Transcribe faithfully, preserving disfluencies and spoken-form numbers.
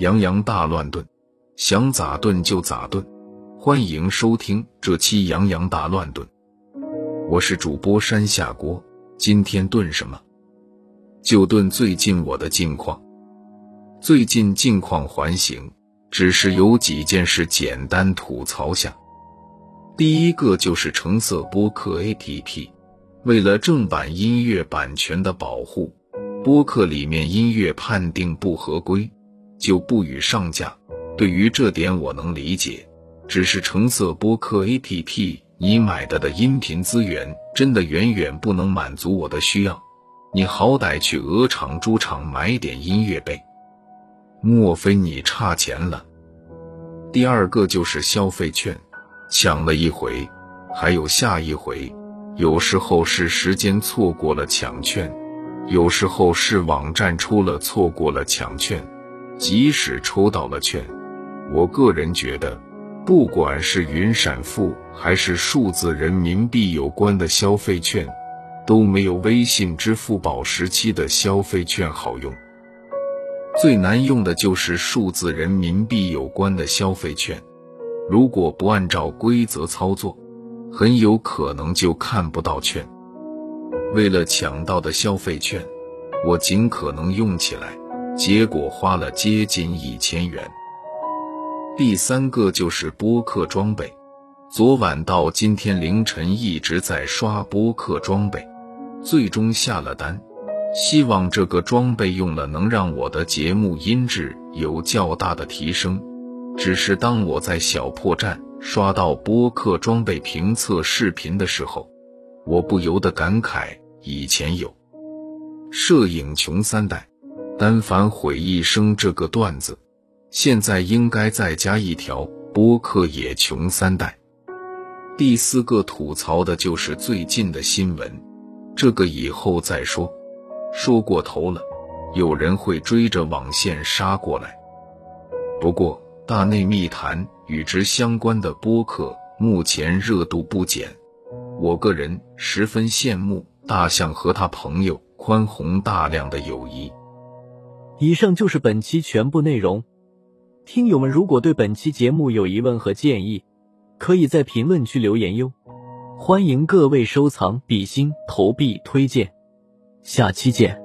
洋洋大乱炖，想咋炖就咋炖。欢迎收听这期洋洋大乱炖。我是主播山下锅，今天炖什么？就炖最近我的近况。最近近况环形，只是有几件事简单吐槽下。第一个就是橙色播客 A P P， 为了正版音乐版权的保护，播客里面音乐判定不合规，就不予上架。对于这点我能理解，只是橙色播客 A P P 你买的的音频资源真的远远不能满足我的需要，你好歹去鹅厂猪场买点音乐呗，莫非你差钱了？第二个就是消费券，抢了一回还有下一回，有时候是时间错过了抢券，有时候是网站出了错过了抢券。即使抽到了券，我个人觉得不管是云闪付还是数字人民币有关的消费券，都没有微信支付宝时期的消费券好用。最难用的就是数字人民币有关的消费券，如果不按照规则操作，很有可能就看不到券。为了抢到的消费券，我尽可能用起来，结果花了接近一千元。第三个就是播客装备，昨晚到今天凌晨一直在刷播客装备，最终下了单，希望这个装备用了能让我的节目音质有较大的提升。只是当我在小破站刷到播客装备评测视频的时候，我不由得感慨，以前有摄影穷三代，但凡毁一生这个段子，现在应该再加一条播客也穷三代。第四个吐槽的就是最近的新闻，这个以后再说，说过头了，有人会追着网线杀过来。不过大内密谈与之相关的播客目前热度不减，我个人十分羡慕大象和他朋友宽宏大量的友谊。 以上就是本期全部内容，听友们如果对本期节目有疑问和建议，可以在评论区留言哟。欢迎各位收藏、比心、投币、推荐，下期见。